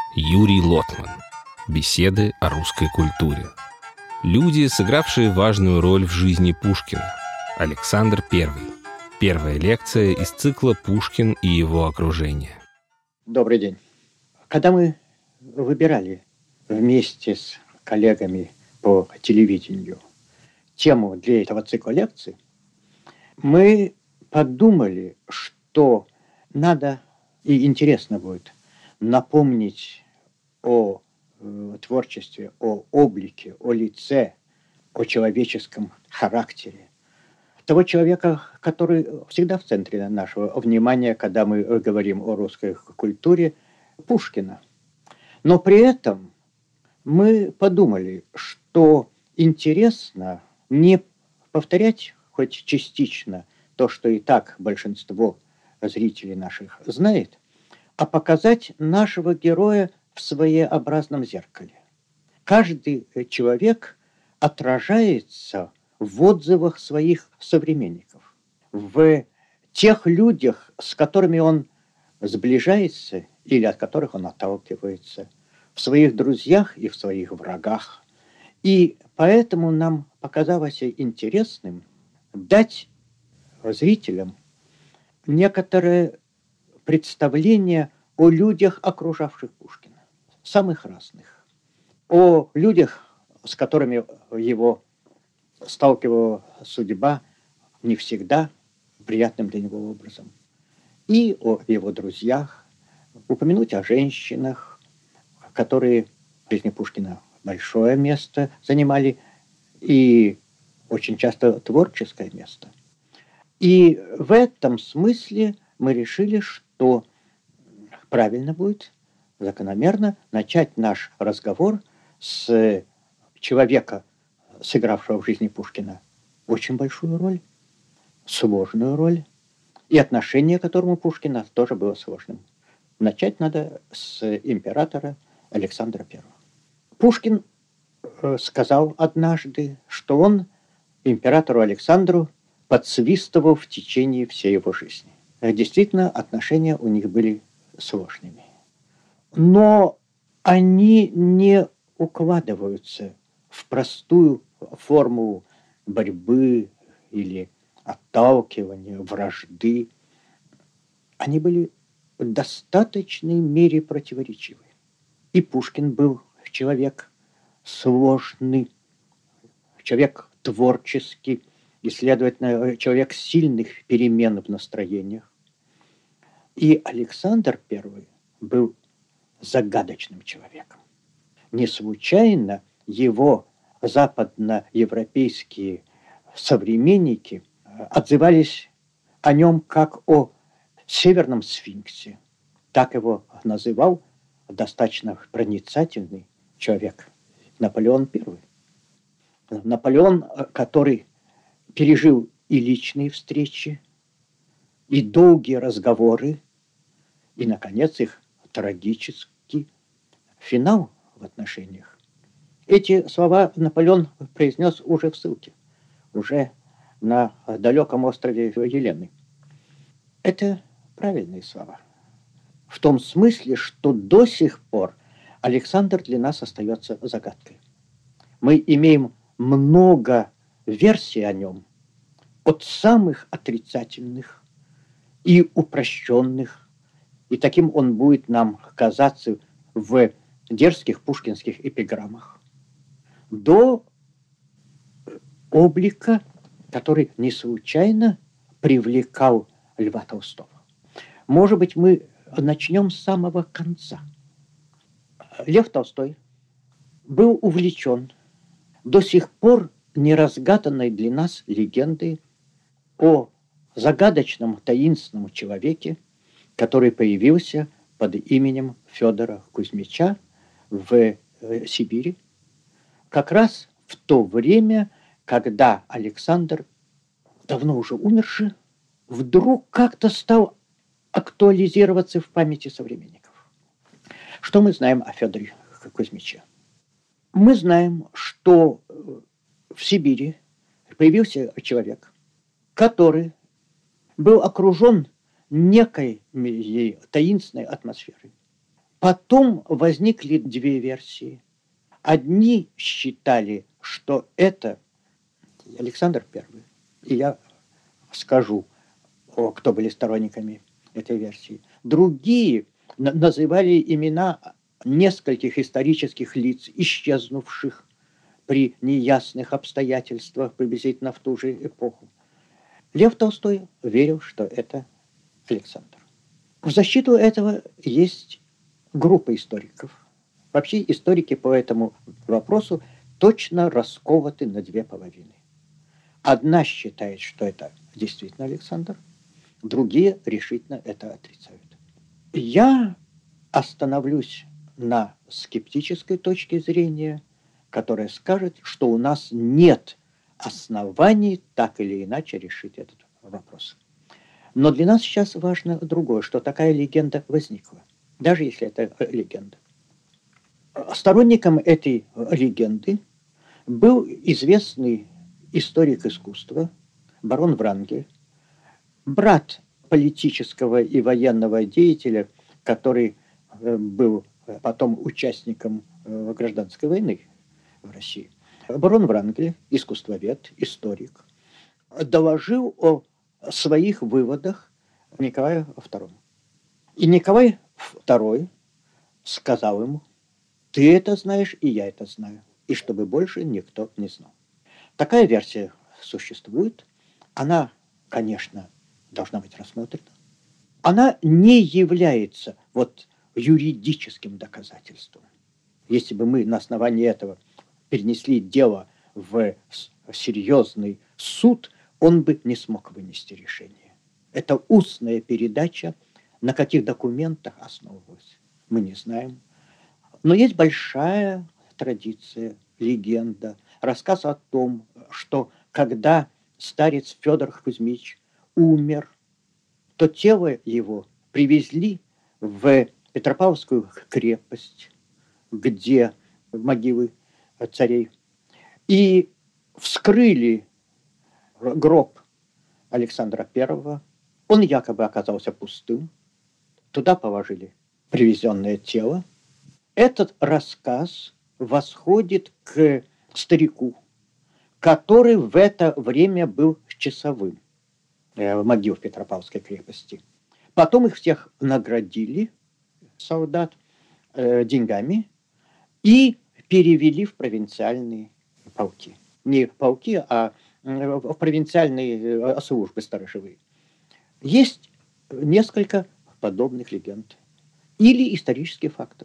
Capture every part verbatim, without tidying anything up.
Юрий Лотман. Беседы о русской культуре. Люди, сыгравшие важную роль в жизни Пушкина. Александр Первый. Первая лекция из цикла «Пушкин и его окружение». Добрый день. Когда мы выбирали вместе с коллегами по телевидению тему для этого цикла лекций, мы подумали, что надо и интересно будет напомнить о э, творчестве, о облике, о лице, о человеческом характере того человека, который всегда в центре нашего внимания, когда мы говорим о русской культуре, Пушкина. Но при этом мы подумали, что интересно не повторять хоть частично то, что и так большинство зрителей наших знает, а показать нашего героя в своеобразном зеркале. Каждый человек отражается в отзывах своих современников, в тех людях, с которыми он сближается или от которых он отталкивается, в своих друзьях и в своих врагах. И поэтому нам показалось интересным дать зрителям некоторое представление о людях, окружавших Пушкина, самых разных, о людях, с которыми его сталкивала судьба не всегда приятным для него образом, и о его друзьях, упомянуть о женщинах, которые в жизни Пушкина большое место занимали и очень часто творческое место. И в этом смысле мы решили, что правильно будет, закономерно начать наш разговор с человека, сыгравшего в жизни Пушкина очень большую роль, сложную роль, и отношение к которому Пушкина тоже было сложным. Начать надо с императора Александра Первого. Пушкин сказал однажды, что он императору Александру подсвистывал в течение всей его жизни. Действительно, отношения у них были сложными. Но они не укладываются в простую формулу борьбы или отталкивания, вражды. Они были в достаточной мере противоречивы. И Пушкин был человек сложный, человек творческий, и, следовательно, человек сильных перемен в настроениях. И Александр Первый был загадочным человеком. Не случайно его западноевропейские современники отзывались о нем как о северном сфинксе. Так его называл достаточно проницательный человек Наполеон Первый. Наполеон, который пережил и личные встречи, и долгие разговоры, и, наконец, их трагический финал в отношениях. Эти слова Наполеон произнес уже в ссылке, уже на далеком острове Елены. Это правильные слова. В том смысле, что до сих пор Александр для нас остается загадкой. Мы имеем много версий о нем, от самых отрицательных и упрощенных, и таким он будет нам казаться в дерзких пушкинских эпиграммах, до облика, который не случайно привлекал Льва Толстого. Может быть, мы начнем с самого конца. Лев Толстой был увлечен до сих пор неразгаданной для нас легендой о загадочном таинственном человеке, который появился под именем Федора Кузьмича в Сибири, как раз в то время, когда Александр, давно уже умерший, вдруг как-то стал актуализироваться в памяти современников. Что мы знаем о Федоре Кузьмиче? Мы знаем, что в Сибири появился человек, который был окружен некой таинственной атмосферой. Потом возникли две версии. Одни считали, что это Александр Первый. И я скажу, кто были сторонниками этой версии. Другие называли имена нескольких исторических лиц, исчезнувших при неясных обстоятельствах приблизительно в ту же эпоху. Лев Толстой верил, что это Александр. В защиту этого есть группа историков. Вообще историки по этому вопросу точно раскованы на две половины. Одна считает, что это действительно Александр, другие решительно это отрицают. Я остановлюсь на скептической точке зрения, которая скажет, что у нас нет оснований так или иначе решить этот вопрос. Но для нас сейчас важно другое, что такая легенда возникла, даже если это легенда. Сторонником этой легенды был известный историк искусства барон Врангель, брат политического и военного деятеля, который был потом участником гражданской войны в России. Барон Врангель, искусствовед, историк, доложил о своих выводах Николаю Второму. И Николай Второй сказал ему: ты это знаешь, и я это знаю, и чтобы больше никто не знал. Такая версия существует. Она, конечно, должна быть рассмотрена. Она не является вот юридическим доказательством. Если бы мы на основании этого перенесли дело в серьезный суд, он бы не смог вынести решение. Это устная передача, на каких документах основывалась, мы не знаем. Но есть большая традиция, легенда, рассказ о том, что когда старец Федор Кузьмич умер, то тело его привезли в Петропавловскую крепость, где могилы царей, и вскрыли гроб Александра Первого. Он якобы оказался пустым. Туда положили привезенное тело. Этот рассказ восходит к старику, который в это время был часовым в могил в Петропавловской крепости. Потом их всех наградили, солдат, э, деньгами и перевели в провинциальные полки. Не полки, а в провинциальные службы сторожевые. Есть несколько подобных легенд или исторических фактов.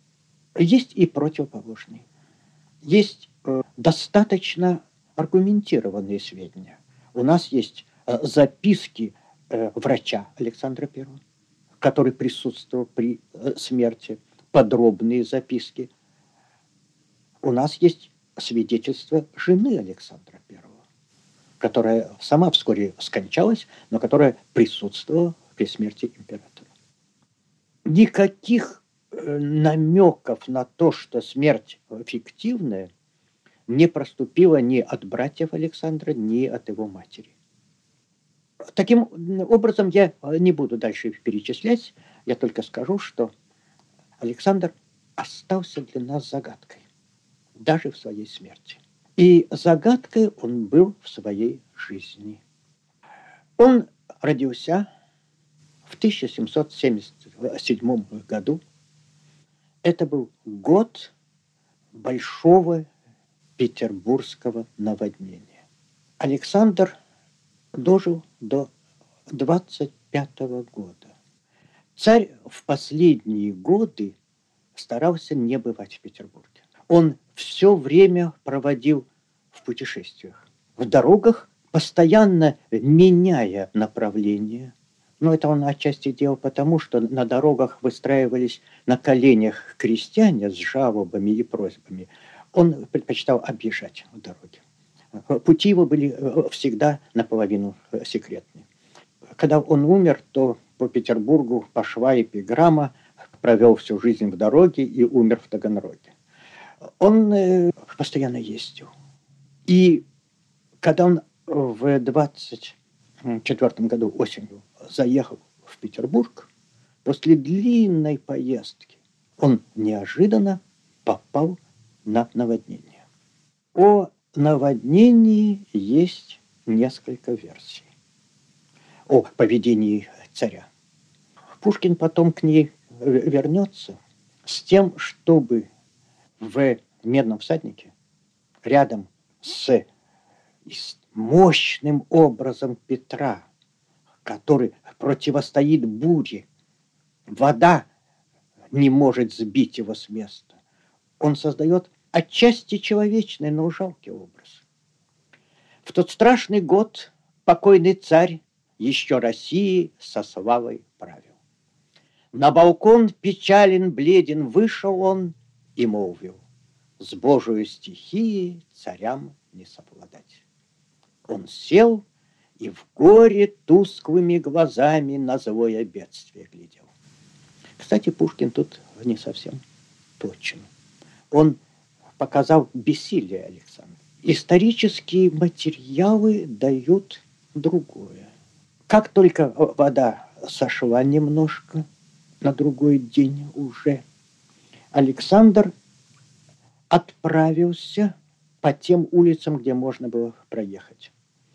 Есть и противоположные. Есть э, достаточно аргументированные сведения. У нас есть э, записки э, врача Александра Первого, который присутствовал при э, смерти, подробные записки. У нас есть свидетельство жены Александра Первого, которая сама вскоре скончалась, но которая присутствовала при смерти императора. Никаких намеков на то, что смерть фиктивная, не проступило ни от братьев Александра, ни от его матери. Таким образом, я не буду дальше перечислять, я только скажу, что Александр остался для нас загадкой, даже в своей смерти. И загадкой он был в своей жизни. Он родился в тысяча семьсот семьдесят седьмом году. Это был год большого петербургского наводнения. Александр дожил до двадцать пятого года. Царь в последние годы старался не бывать в Петербурге. Он все время проводил в путешествиях, в дорогах, постоянно меняя направление. Но это он отчасти делал потому, что на дорогах выстраивались на коленях крестьяне с жалобами и просьбами. Он предпочитал объезжать дороги. Пути его были всегда наполовину секретны. Когда он умер, то по Петербургу пошла эпиграмма: провел всю жизнь в дороге и умер в Таганроге. Он постоянно ездил. И когда он в двадцать четвёртом году осенью заехал в Петербург, после длинной поездки, Он неожиданно попал на наводнение. О наводнении есть несколько версий. О поведении царя. Пушкин потом к ней вернется с тем, чтобы в «Медном всаднике» рядом с мощным образом Петра, который противостоит буре, вода не может сбить его с места. Он создает отчасти человечный, но жалкий образ. В тот страшный год покойный царь еще России со славой правил. На балкон печален, бледен вышел он и молвил: с Божией стихией царям не совладать. Он сел и в горе тусклыми глазами на злое бедствие глядел. Кстати, Пушкин тут не совсем точен. Он показал бессилие Александра. Исторические материалы дают другое. Как только вода сошла немножко, на другой день уже, Александр отправился по тем улицам, где можно было проехать.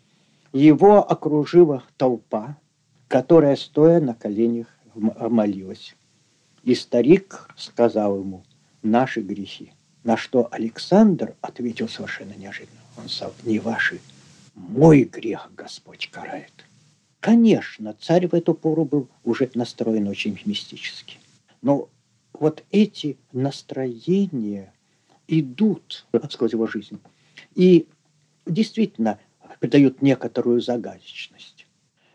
Его окружила толпа, которая, стоя на коленях, молилась. И старик сказал ему: наши грехи. На что Александр ответил совершенно неожиданно. Он сказал: не ваши, мой грех Господь карает. Конечно, царь в эту пору был уже настроен очень мистически. Но вот эти настроения идут сквозь его жизнь и действительно придают некоторую загадочность.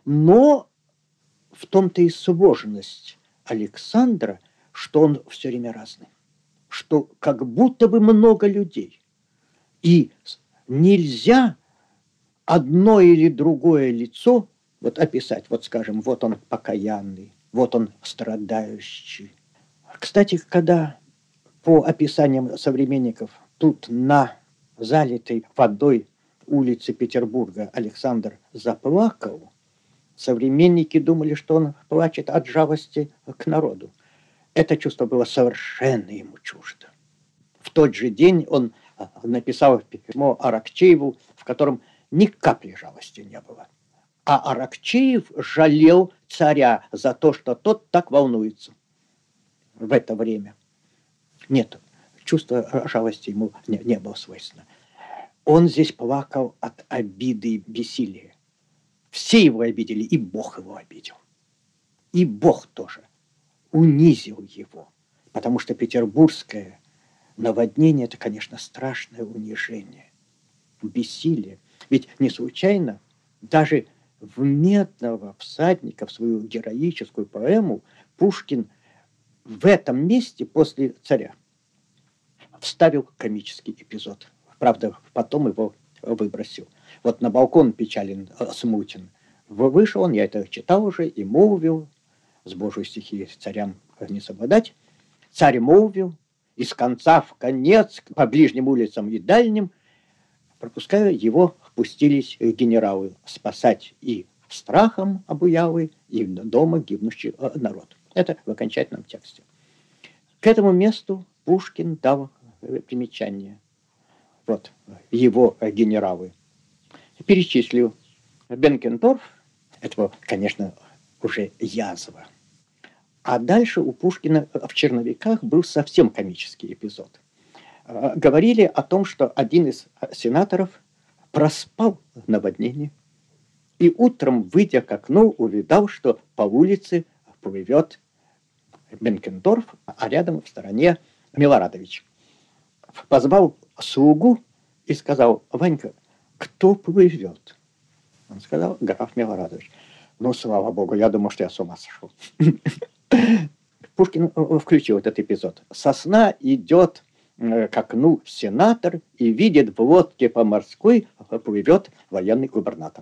Но в том-то и сложность Александра, что он все время разный. Что как будто бы много людей. И нельзя одно или другое лицо вот описать. Вот скажем, вот он покаянный, вот он страдающий. Кстати, когда по описаниям современников тут на залитой водой улице Петербурга Александр заплакал, современники думали, что он плачет от жалости к народу. Это чувство было совершенно ему чуждо. В тот же день он написал письмо Аракчееву, в котором ни капли жалости не было. А Аракчеев жалел царя за то, что тот так волнуется в это время. Нет, чувство жалости ему не, не было свойственно. Он здесь плакал от обиды и бессилия. Все его обидели, и Бог его обидел. И Бог тоже унизил его. Потому что петербургское наводнение – это, конечно, страшное унижение, бессилие. Ведь не случайно даже в «Медного всадника», в свою героическую поэму, Пушкин в этом месте после царя вставил комический эпизод. Правда, потом его выбросил. Вот на балкон печален, смутен. Вышел он, я это читал уже, и молвил: с Божьей стихией царям не совладать. Царь молвил, из конца в конец, по ближним улицам и дальним, пропуская его, пустились генералы спасать и страхом обуялый, и дома гибнущий народ. Это в окончательном тексте. К этому месту Пушкин дал примечание. Вот его генералы. Перечислил: Бенкендорф, это, конечно, уже язва. А дальше у Пушкина в «Черновиках» был совсем комический эпизод. Говорили о том, что один из сенаторов проспал наводнение и утром, выйдя к окну, увидал, что по улице плывет Бенкендорф, а рядом в стороне Милорадович. Позвал слугу и сказал: Ванька, кто плывет? Он сказал: граф Милорадович. Ну, слава богу, я думал, что я с ума сошел. Пушкин включил этот эпизод. Со сна идет к окну сенатор и видит, в лодке по морской плывет военный губернатор.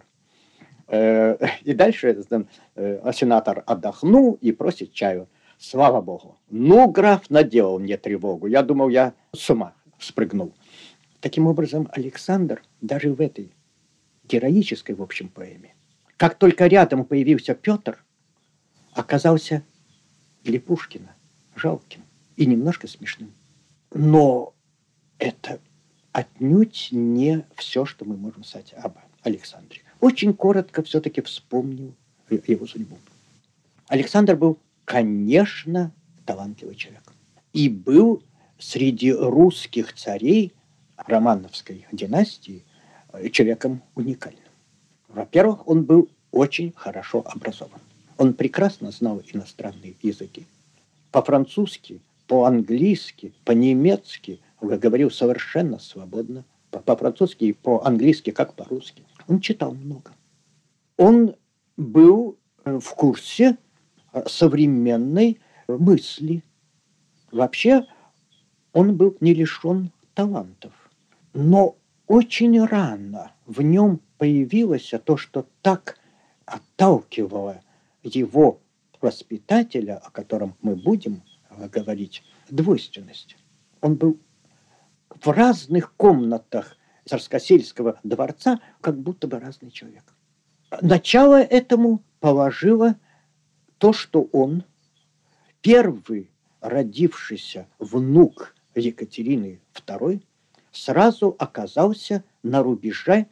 И дальше сенатор отдохнул и просит чаю. Слава богу. Ну, граф наделал мне тревогу. Я думал, я с ума спрыгнул. Таким образом, Александр даже в этой героической, в общем, поэме, как только рядом появился Петр, оказался для Пушкина жалким. и немножко смешным. Но это отнюдь не все, что мы можем сказать об Александре. Очень коротко все-таки вспомнил его судьбу. Александр был, конечно, талантливый человек. И был среди русских царей Романовской династии человеком уникальным. Во-первых, он был очень хорошо образован. Он прекрасно знал иностранные языки. По-французски, по-английски, по-немецки говорил совершенно свободно. По-французски и по-английски, как по-русски. Он читал много. Он был в курсе современной мысли. Вообще, он был не лишен талантов. Но очень рано в нем появилось то, что так отталкивало его воспитателя, о котором мы будем говорить, двойственность. Он был в разных комнатах Царскосельского дворца как будто бы разный человек. Начало этому положило то, что он, первый родившийся внук Екатерины второй, сразу оказался на рубеже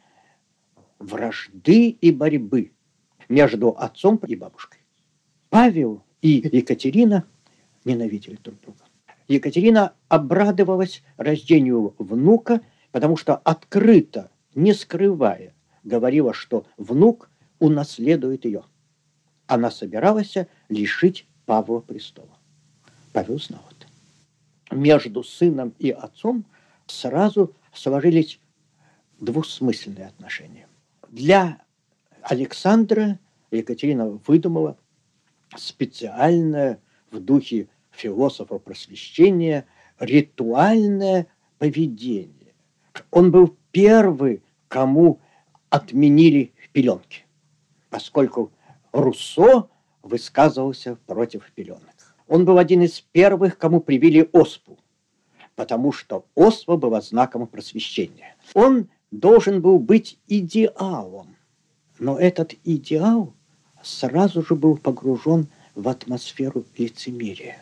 вражды и борьбы между отцом и бабушкой. Павел и Екатерина ненавидели друг друга. Екатерина обрадовалась рождению внука, потому что открыто, не скрывая, говорила, что внук унаследует ее. Она собиралась лишить Павла престола. Павел знал это. Между сыном и отцом сразу сложились двусмысленные отношения. Для Александра Екатерина выдумала специальное в духе философа просвещения ритуальное поведение. Он был первый, кому отменили пеленки, поскольку Руссо высказывался против пеленок. Он был один из первых, кому привили оспу, потому что оспа была знаком просвещения. Он должен был быть идеалом, но этот идеал сразу же был погружен в атмосферу лицемерия,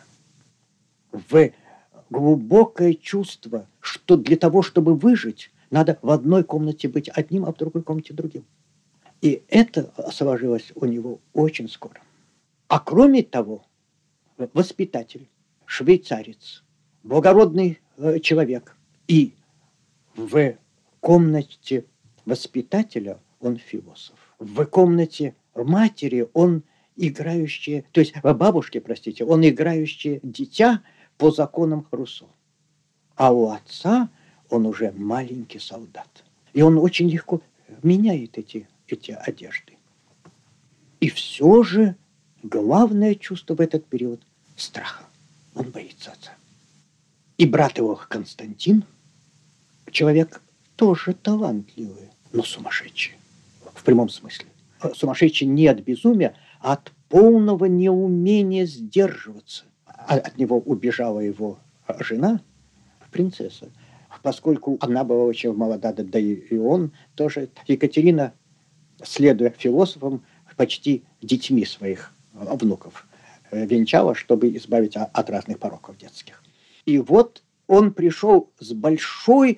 в глубокое чувство, что для того, чтобы выжить, надо в одной комнате быть одним, а в другой комнате другим. И это сложилось у него очень скоро. А кроме того, воспитатель, швейцарец, благородный человек. И в комнате воспитателя он философ. В комнате матери он играющее, то есть бабушки, простите, он играющее дитя по законам Руссо. А у отца он уже маленький солдат. И он очень легко меняет эти, эти одежды. И все же главное чувство в этот период – страха. Он боится отца. И брат его Константин, человек тоже талантливый, но сумасшедший. В прямом смысле. Сумасшедший не от безумия, а от полного неумения сдерживаться. От него убежала его жена, принцесса, поскольку она была очень молода, да и он тоже. Екатерина, следуя философам, почти детьми своих внуков венчала, чтобы избавить от разных пороков детских. И вот он пришел с большой,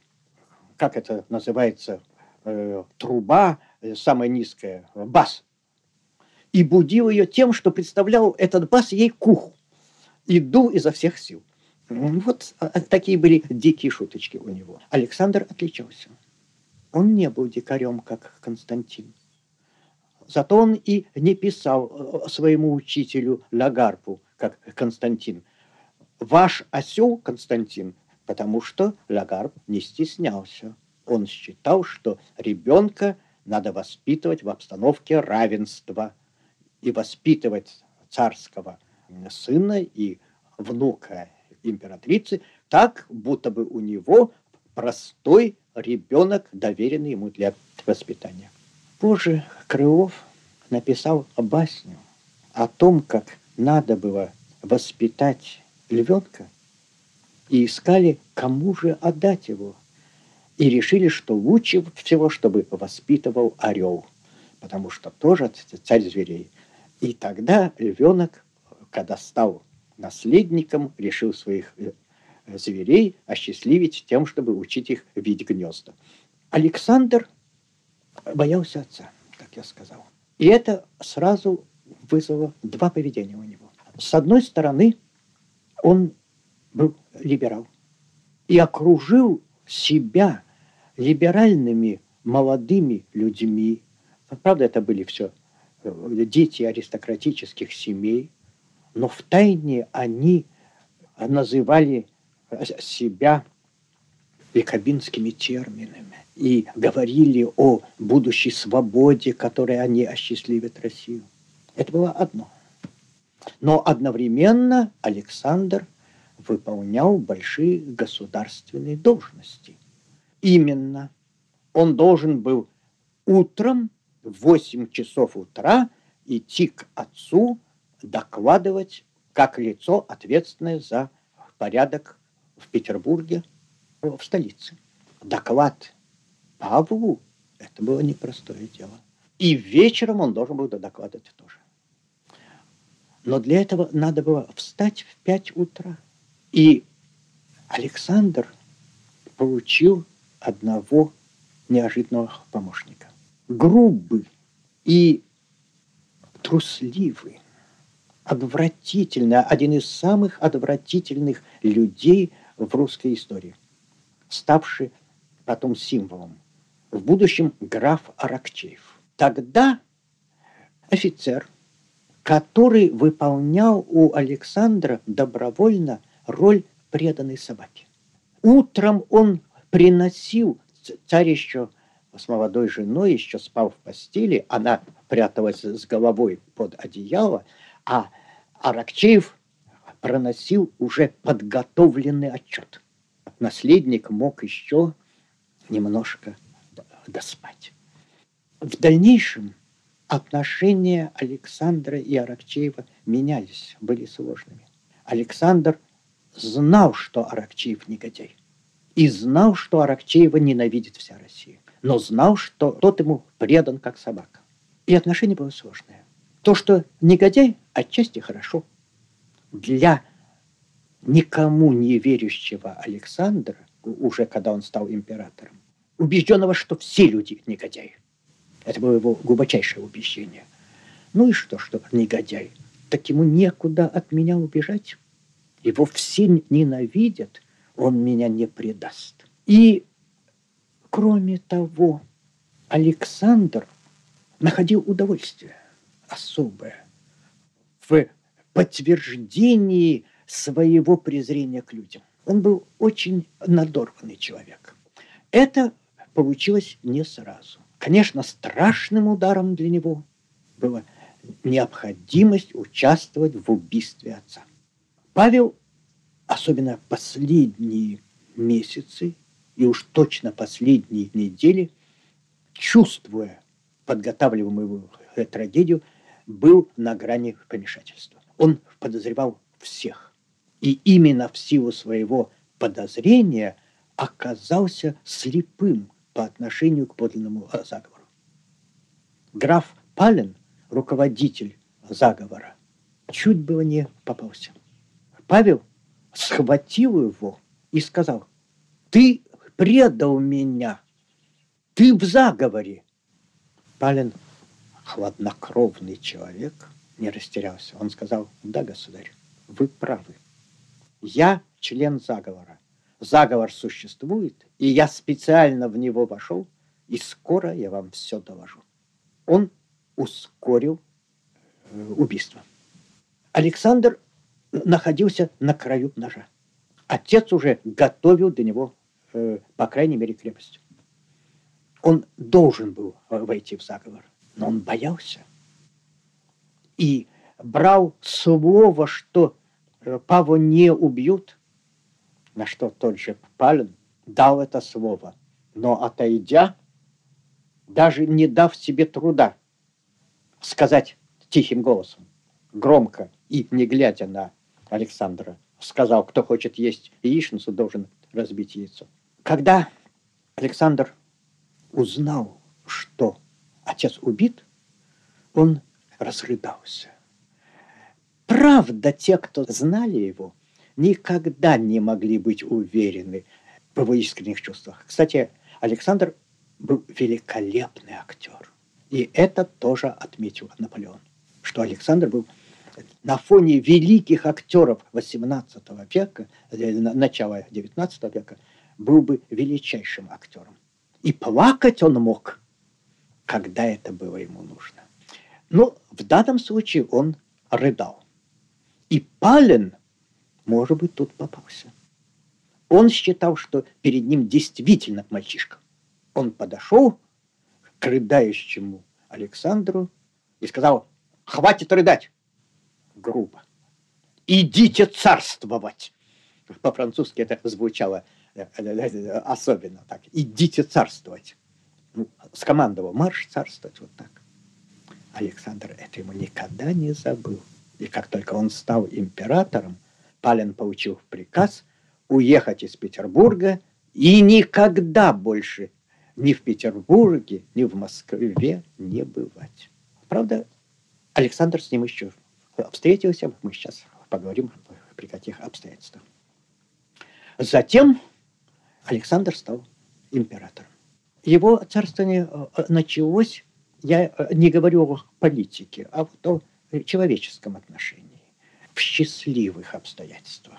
как это называется, э, труба, э, самая низкая, бас, и будил ее тем, что представлял этот бас ей к уху, и дул изо всех сил. Вот такие были дикие шуточки у него. Александр отличался. Он не был дикарем, как Константин. Зато он и не писал своему учителю Лагарбу, как Константин. Ваш осел, Константин, потому что Лагарб не стеснялся. Он считал, что ребенка надо воспитывать в обстановке равенства и воспитывать царского сына и внука императрицы так, будто бы у него простой ребенок, доверенный ему для воспитания. Позже Крылов написал басню о том, как надо было воспитать львенка, и искали, кому же отдать его. И решили, что лучше всего, чтобы воспитывал орел, потому что тоже царь зверей. И тогда львенок, когда стал наследником решил своих зверей осчастливить тем, чтобы учить их видеть гнезда. Александр боялся отца, как я сказал. И это сразу вызвало два поведения у него. С одной стороны, он был либерал и окружил себя либеральными молодыми людьми. Правда, это были все дети аристократических семей, но втайне они называли себя якобинскими терминами и говорили о будущей свободе, которой они осчастливят Россию. Это было одно. Но одновременно Александр выполнял большие государственные должности. Именно он должен был утром в восемь часов утра идти к отцу докладывать как лицо, ответственное за порядок в Петербурге, в столице. Доклад Павлу – это было непростое дело. И вечером он должен был докладывать тоже. Но для этого надо было встать в пять утра. И Александр получил одного неожиданного помощника. Грубый и трусливый, отвратительный, один из самых отвратительных людей в русской истории, ставший потом символом. В будущем граф Аракчеев. Тогда офицер, который выполнял у Александра добровольно роль преданной собаки. Утром он приносил, царь еще с молодой женой, еще спал в постели, она пряталась с головой под одеяло, а Аракчеев проносил уже подготовленный отчет. Наследник мог еще немножко доспать. В дальнейшем отношения Александра и Аракчеева менялись, были сложными. Александр знал, что Аракчеев негодяй, и знал, что Аракчеева ненавидит вся Россия, но знал, что тот ему предан как собака. И отношения были сложные. То, что негодяй, отчасти хорошо. Для никому не верящего Александра, уже когда он стал императором, убежденного, что все люди негодяи. Это было его глубочайшее убеждение. Ну и что, что негодяй? Так ему некуда от меня убежать. Его все ненавидят, он меня не предаст. И, кроме того, Александр находил удовольствие особое в подтверждении своего презрения к людям. Он был очень надорванный человек. Это получилось не сразу. Конечно, страшным ударом для него была необходимость участвовать в убийстве отца. Павел, особенно последние месяцы и уж точно последние недели, чувствуя подготавливаемую трагедию, был на грани помешательства. Он подозревал всех. И именно в силу своего подозрения оказался слепым по отношению к подлинному заговору. Граф Пален, руководитель заговора, чуть было не попался. Павел схватил его и сказал: «Ты предал меня, ты в заговоре». Пален, хладнокровный человек, не растерялся. Он сказал: «Да, государь, вы правы. Я член заговора. Заговор существует, и я специально в него вошел, и скоро я вам все доложу». Он ускорил э, убийство. Александр находился на краю ножа. Отец уже готовил для него, э, по крайней мере, крепость. Он должен был войти в заговор, но он боялся. И брал слово, что Павла не убьют, на что тот же Пален дал это слово. Но отойдя, даже не дав себе труда сказать тихим голосом, громко и не глядя на Александра, сказал: «Кто хочет есть яичницу, должен разбить яйцо». Когда Александр узнал, что отец убит, он разрыдался. Правда, те, кто знали его, никогда не могли быть уверены в его искренних чувствах. Кстати, Александр был великолепный актер. И это тоже отметил Наполеон, что Александр был на фоне великих актеров восемнадцатого века, начала девятнадцатого века, был бы величайшим актером. И плакать он мог, когда это было ему нужно. Но в данном случае он рыдал. И Пален, может быть, тут попался. Он считал, что перед ним действительно мальчишка. Он подошел к рыдающему Александру и сказал: «Хватит рыдать!» Грубо. «Идите царствовать!» По-французски это звучало особенно так. «Идите царствовать!» Ну, скомандовал: «Марш царствовать!» Вот так. Александр это ему никогда не забыл. И как только он стал императором, Пален получил приказ уехать из Петербурга и никогда больше ни в Петербурге, ни в Москве не бывать. Правда, Александр с ним еще встретился. Мы сейчас поговорим, при каких обстоятельствах. Затем Александр стал императором. Его царствование началось, я не говорю о политике, а вот о человеческом отношении, в счастливых обстоятельствах.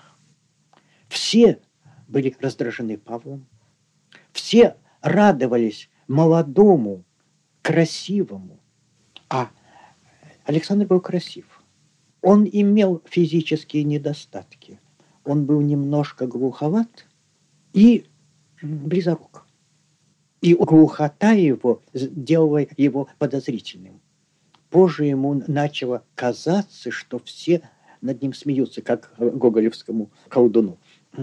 Все были раздражены Павлом, все радовались молодому, красивому, а Александр был красив. Он имел физические недостатки. Он был немножко глуховат и близорук. И глухота его делала его подозрительным. Позже ему начало казаться, что все над ним смеются, как гоголевскому колдуну.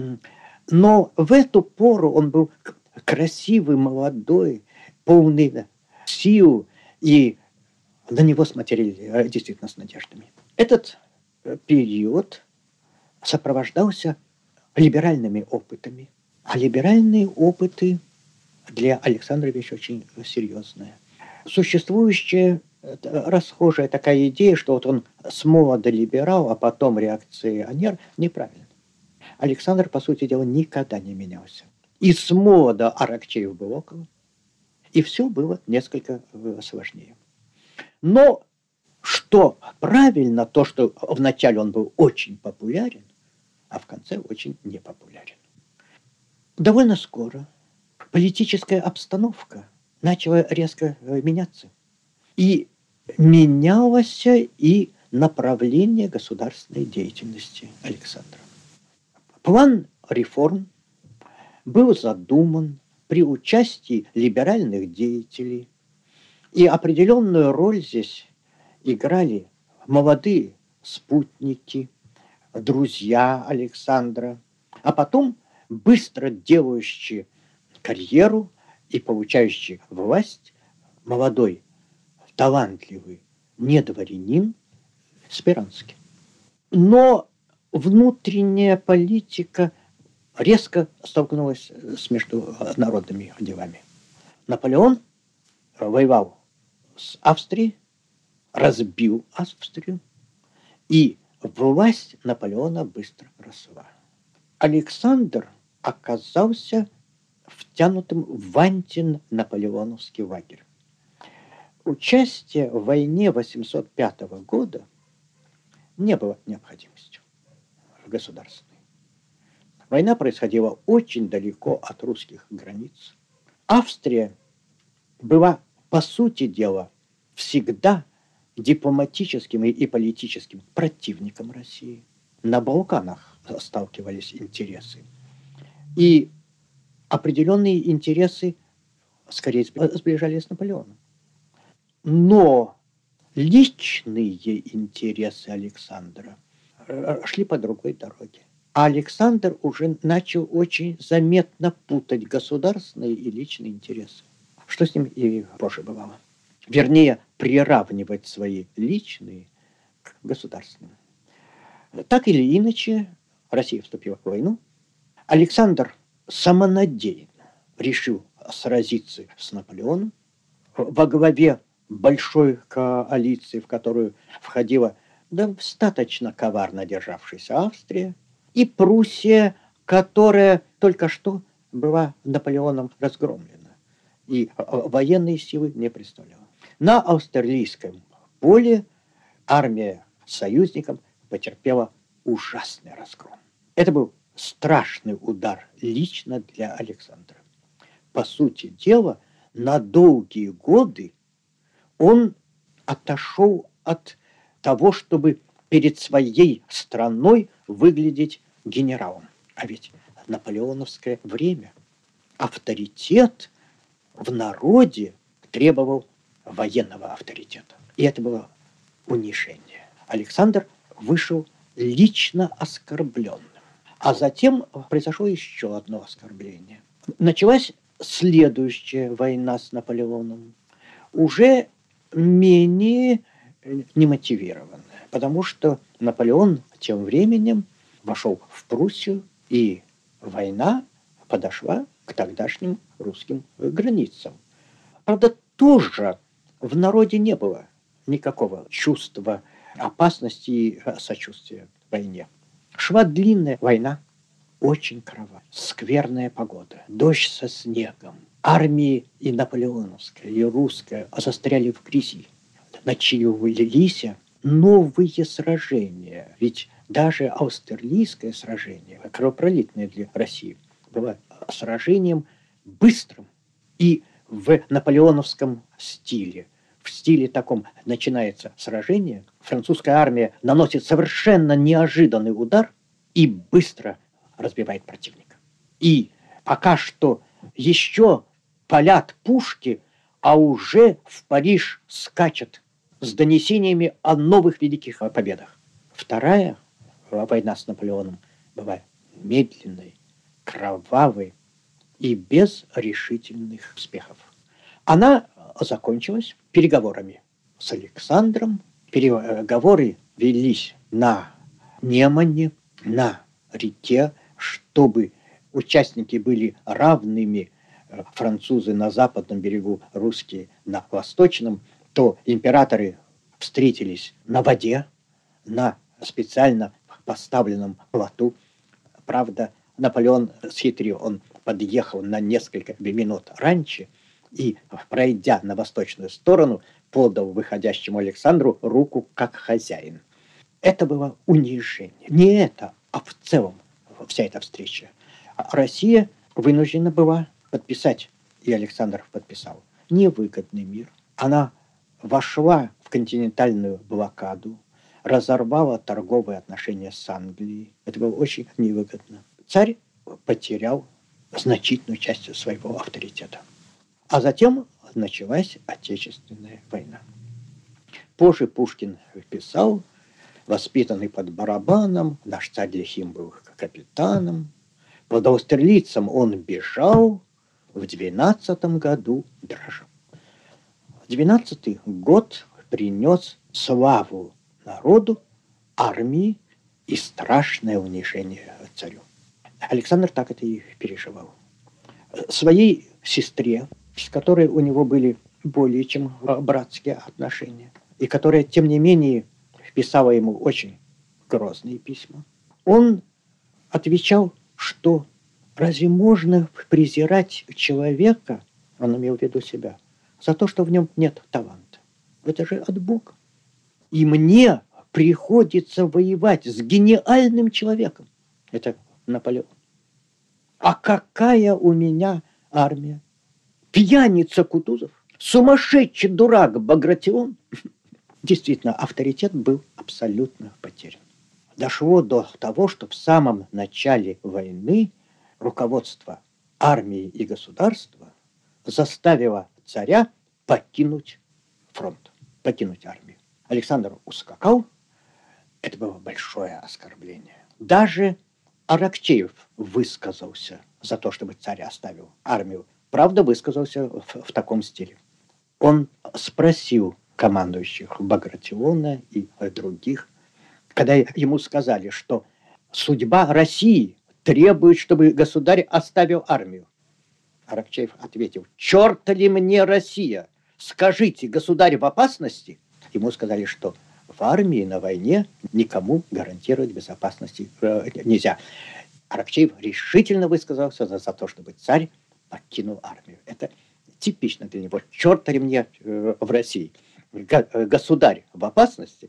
Но в эту пору он был красивый, молодой, полный сил, и на него смотрели действительно с надеждами. Этот период сопровождался либеральными опытами. А либеральные опыты для Александра вещь очень серьезная. Существующая расхожая такая идея, что вот он с молода либерал, а потом реакционер, неправильно. Александр, по сути дела, никогда не менялся. И с молода Аракчеев был около, и все было несколько сложнее. Но что правильно, то, что вначале он был очень популярен, а в конце очень непопулярен. Довольно скоро политическая обстановка начала резко меняться. И менялось и направление государственной деятельности Александра. План реформ был задуман при участии либеральных деятелей, и определенную роль здесь играли молодые спутники, друзья Александра, а потом быстро делающие карьеру и получающий власть молодой, талантливый не дворянин Сперанский. Но внутренняя политика резко столкнулась с международными делами. Наполеон воевал с Австрией, разбил Австрию, и власть Наполеона быстро росла. Александр оказался втянутым в антинаполеоновский лагерь. Участие в войне восемьсот пятого года не было необходимостью государственной. Война происходила очень далеко от русских границ. Австрия была, по сути дела, всегда дипломатическим и политическим противником России. На Балканах сталкивались интересы. И определенные интересы скорее сближались с Наполеоном. Но личные интересы Александра шли по другой дороге. А Александр уже начал очень заметно путать государственные и личные интересы. Что с ним и позже бывало. Вернее, приравнивать свои личные к государственным. Так или иначе, Россия вступила в войну. Александр самонадеянно решил сразиться с Наполеоном во главе большой коалиции, в которую входило достаточно коварно державшаяся Австрия, и Пруссия, которая только что была Наполеоном разгромлена и военные силы не представляла. На австралийском поле армия союзников потерпела ужасный разгром. Это был страшный удар лично для Александра. По сути дела, на долгие годы он отошел от того, чтобы перед своей страной выглядеть генералом. А ведь наполеоновское время авторитет в народе требовал военного авторитета. И это было унижение. Александр вышел лично оскорбленным. А затем произошло еще одно оскорбление. Началась следующая война с Наполеоном, уже менее немотивированная, потому что Наполеон тем временем вошел в Пруссию, и война подошла к тогдашним русским границам. Правда, тоже в народе не было никакого чувства опасности и сочувствия к войне. Шла длинная война, очень кровавая, скверная погода, дождь со снегом. Армии и наполеоновская, и русская застряли в грязи. Начались новые сражения. Ведь даже австралийское сражение, кровопролитное для России, было сражением быстрым и в наполеоновском стиле. В стиле таком начинается сражение, французская армия наносит совершенно неожиданный удар и быстро разбивает противника. И пока что еще палят пушки, а уже в Париж скачет с донесениями о новых великих победах. Вторая война с Наполеоном была медленной, кровавой и без решительных успехов. Она закончилась переговорами с Александром. Переговоры велись на Немане, на реке, чтобы участники были равными, французы на западном берегу, русские на восточном, то императоры встретились на воде, на специально поставленном плоту. Правда, Наполеон схитрил, он подъехал на несколько минут раньше и, пройдя на восточную сторону, подал выходящему Александру руку как хозяин. Это было унижение. Не это, а в целом вся эта встреча. Россия вынуждена была подписать, и Александр подписал, невыгодный мир. Она вошла в континентальную блокаду, разорвала торговые отношения с Англией. Это было очень невыгодно. Царь потерял значительную часть своего авторитета. А затем началась Отечественная война. Позже Пушкин писал: воспитанный под барабаном, наш царь Лихим был капитаном. Под Аустерлицем он бежал, в двенадцатом году дрожал. Двенадцатый год принес славу народу, армии и страшное унижение царю. Александр так это и переживал. Своей сестре, с которой у него были более чем братские отношения, и которая, тем не менее, писала ему очень грозные письма, он отвечал, что разве можно презирать человека, он имел в виду себя, за то, что в нем нет таланта? Это же от Бога. И мне приходится воевать с гениальным человеком. Это Наполеон. А какая у меня армия? Пьяница Кутузов, сумасшедший дурак Багратион. Действительно, авторитет был абсолютно потерян. Дошло до того, что в самом начале войны руководство армии и государства заставило царя покинуть фронт, покинуть армию. Александр ускакал. Это было большое оскорбление. Даже Аракчеев высказался за то, чтобы царь оставил армию. Правда, высказался в, в таком стиле. Он спросил командующих Багратиона и других, когда ему сказали, что судьба России требует, чтобы государь оставил армию. Аракчеев ответил: черт ли мне Россия? Скажите, государь в опасности? Ему сказали, что в армии, на войне никому гарантировать безопасности э, нельзя. Аракчеев решительно высказался за, за то, чтобы царь покинул армию. Это типично для него. Черт ремня э, в России. Го, э, государь в опасности.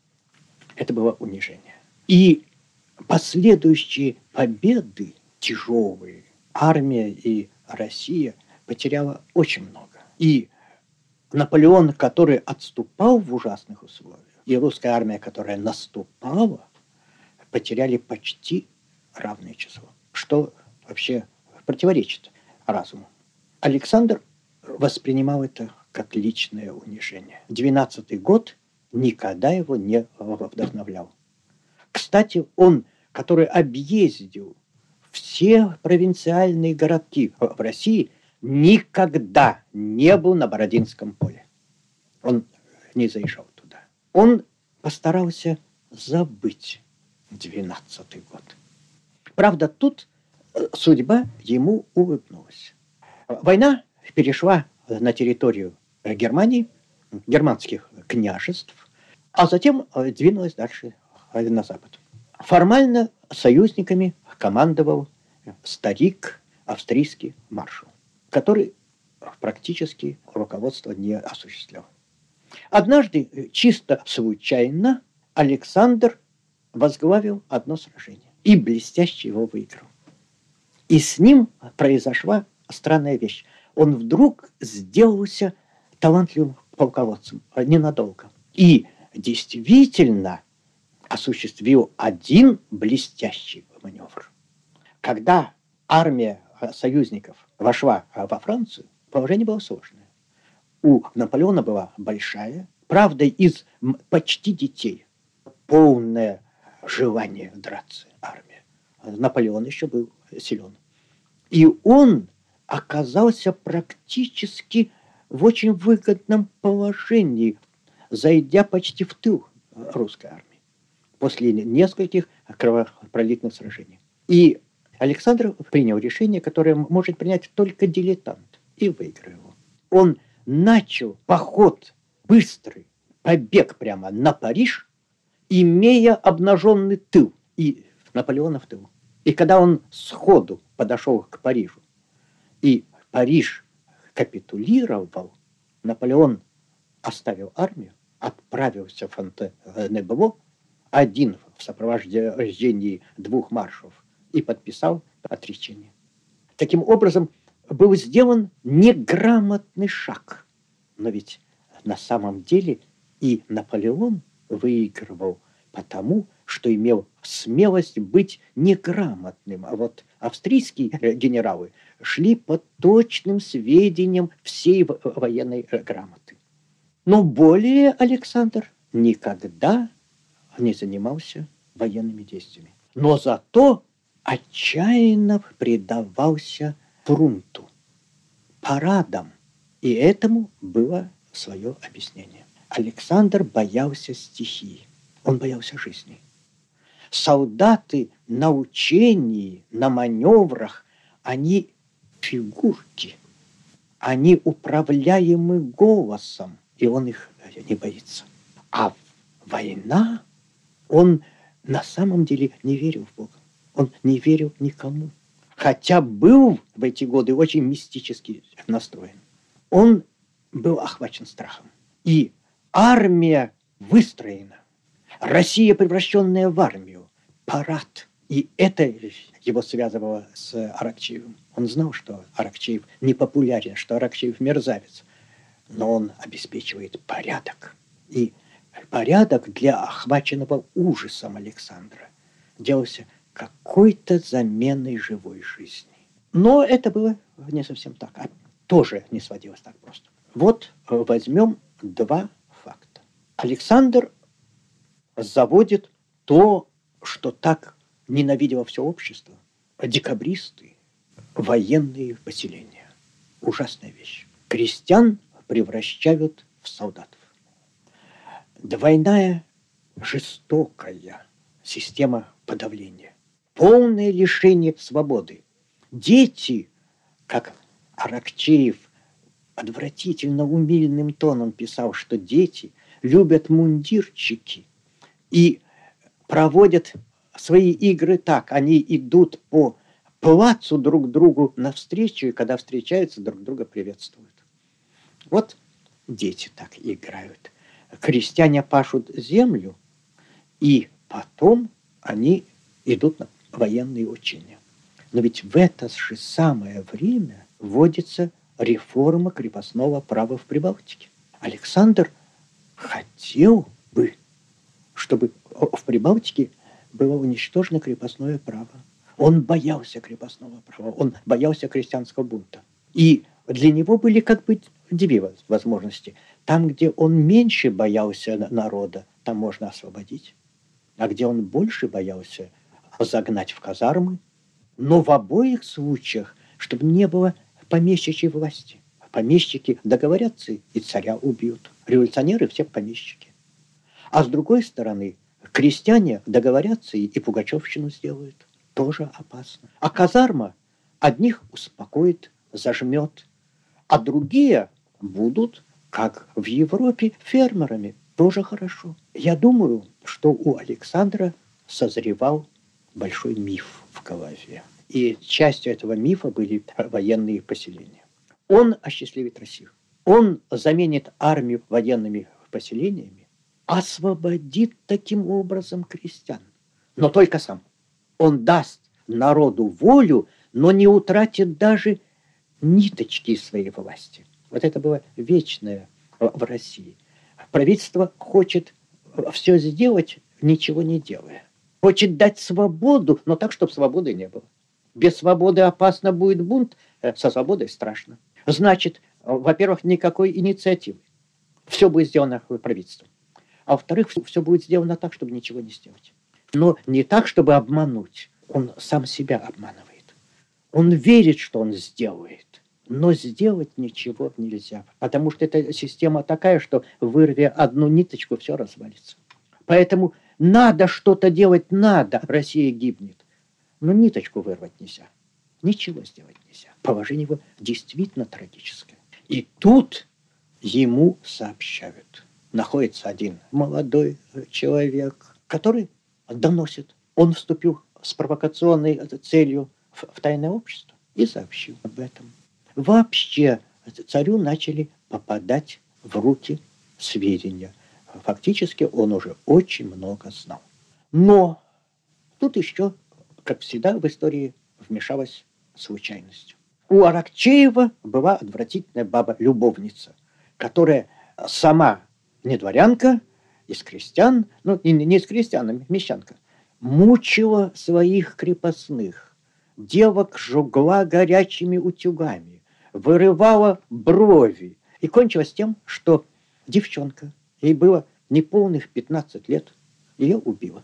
Это было унижение. И последующие победы тяжелые армия и Россия потеряла очень много. И Наполеон, который отступал в ужасных условиях, и русская армия, которая наступала, потеряли почти равное число, что вообще противоречит разуму. Александр воспринимал это как личное унижение. двенадцатый год никогда его не вдохновлял. Кстати, он, который объездил все провинциальные городки в России, никогда не был на Бородинском поле. Он не заезжал туда. Он постарался забыть двенадцатый год. Правда, тут судьба ему улыбнулась. Война перешла на территорию Германии, германских княжеств, а затем двинулась дальше на запад. Формально союзниками командовал старик, австрийский маршал, который практически руководство не осуществлял. Однажды, чисто случайно, Александр возглавил одно сражение и блестяще его выиграл. И с ним произошла странная вещь. Он вдруг сделался талантливым полководцем ненадолго. И действительно осуществил один блестящий маневр. Когда армия союзников вошла во Францию, положение было сложное. У Наполеона была большая, правда, из почти детей, полное желание драться армия. Наполеон еще был силен. И он оказался практически в очень выгодном положении, зайдя почти в тыл русской армии после нескольких кровопролитных сражений. И Александр принял решение, которое может принять только дилетант, и выиграл его. Он начал поход быстрый, побег прямо на Париж, имея обнаженный тыл, и Наполеона в тылу. И когда он сходу подошел к Парижу, и Париж капитулировал, Наполеон оставил армию, отправился в Фонтенебло, один в сопровождении двух маршалов, и подписал отречение. Таким образом, был сделан неграмотный шаг. Но ведь на самом деле и Наполеон выигрывал потому, что имел смелость быть неграмотным. А вот австрийские генералы шли по точным сведениям всей военной грамоты. Но более Александр никогда не занимался военными действиями. Но зато отчаянно предавался фрунту, парадам. И этому было свое объяснение. Александр боялся стихии. Он боялся жизни. Солдаты на учении, на маневрах, они фигурки. Они управляемы голосом, и он их не боится. А война, он на самом деле не верил в Бога. Он не верил никому. Хотя был в эти годы очень мистически настроен. Он был охвачен страхом. И армия выстроена. Россия, превращенная в армию. Парад. И это его связывало с Аракчеевым. Он знал, что Аракчеев не популярен, что Аракчеев мерзавец. Но он обеспечивает порядок. И порядок для охваченного ужасом Александра делался какой-то заменой живой жизни. Но это было не совсем так. А тоже не сводилось так просто. Вот возьмем два факта. Александр заводит то, что так ненавидело все общество. Декабристы, военные поселения. Ужасная вещь. Крестьян превращают в солдатов. Двойная жестокая система подавления. Полное лишение свободы. Дети, как Аракчеев отвратительно умильным тоном писал, что дети любят мундирчики и проводят свои игры так. Они идут по плацу друг другу навстречу, и когда встречаются, друг друга приветствуют. Вот дети так играют. Крестьяне пашут землю, и потом они идут на военные учения. Но ведь в это же самое время вводится реформа крепостного права в Прибалтике. Александр хотел бы, чтобы в Прибалтике было уничтожено крепостное право. Он боялся крепостного права, он боялся крестьянского бунта. И для него были как бы две возможности. Там, где он меньше боялся народа, там можно освободить. А где он больше боялся, загнать в казармы. Но в обоих случаях, чтобы не было помещичьей власти. Помещики договорятся и царя убьют. Революционеры все помещики. А с другой стороны, крестьяне договорятся и пугачевщину сделают. Тоже опасно. А казарма одних успокоит, зажмет, а другие будут, как в Европе, фермерами. Тоже хорошо. Я думаю, что у Александра созревал большой миф в голове. И частью этого мифа были военные поселения. Он осчастливит Россию. Он заменит армию военными поселениями, освободит таким образом крестьян. Но только сам. Он даст народу волю, но не утратит даже ниточки своей власти. Вот это было вечное в России. Правительство хочет все сделать, ничего не делая. Хочет дать свободу, но так, чтобы свободы не было. Без свободы опасно будет бунт, со свободой страшно. Значит, во-первых, никакой инициативы. Все будет сделано правительством. А во-вторых, все будет сделано так, чтобы ничего не сделать. Но не так, чтобы обмануть. Он сам себя обманывает. Он верит, что он сделает. Но сделать ничего нельзя. Потому что эта система такая, что вырви одну ниточку, все развалится. Поэтому надо что-то делать, надо. Россия гибнет. Но ниточку вырвать нельзя. Ничего сделать нельзя. Положение его действительно трагическое. И тут ему сообщают. Находится один молодой человек, который доносит. Он вступил с провокационной целью в, в тайное общество и сообщил об этом. Вообще царю начали попадать в руки сведения. Фактически он уже очень много знал. Но тут еще, как всегда в истории, вмешалась случайность. У Аракчеева была отвратительная баба-любовница, которая сама не дворянка, из крестьян, ну не, не из крестьян, а мещанка, мучила своих крепостных, девок жгла горячими утюгами, вырывала брови. И кончилось тем, что девчонка, ей было неполных пятнадцать лет, ее убила.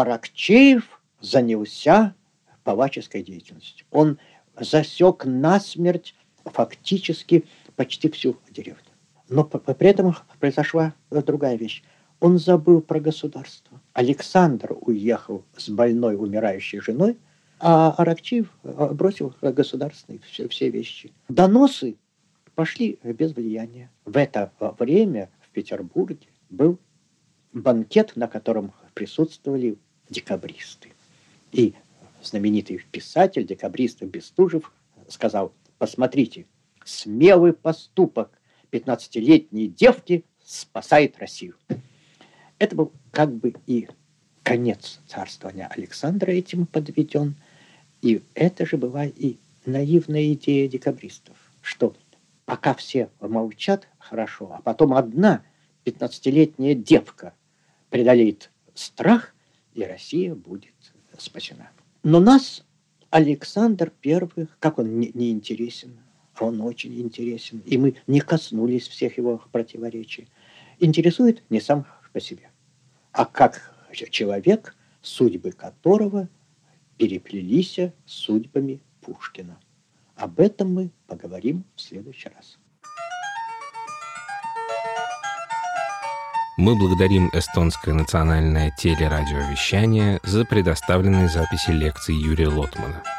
Аракчеев занялся палаческой деятельностью. Он засек насмерть фактически почти всю деревню. Но при этом произошла другая вещь. Он забыл про государство. Александр уехал с больной, умирающей женой, а Аракчеев бросил государственные все, все вещи. Доносы пошли без влияния. В это время в Петербурге был банкет, на котором присутствовали декабристы. И знаменитый писатель, декабрист Бестужев сказал: посмотрите, смелый поступок пятнадцатилетней девки спасает Россию. Это был как бы и конец царствования Александра этим подведен. И это же была и наивная идея декабристов, что пока все молчат, хорошо, а потом одна пятнадцатилетняя девка преодолеет страх, и Россия будет спасена. Но нас Александр Первый, как он не, не интересен, а он очень интересен, и мы не коснулись всех его противоречий, интересует не сам по себе, а как человек, судьбы которого переплелись с судьбами Пушкина. Об этом мы поговорим в следующий раз. Мы благодарим Эстонское национальное телерадиовещание за предоставленные записи лекций Юрия Лотмана.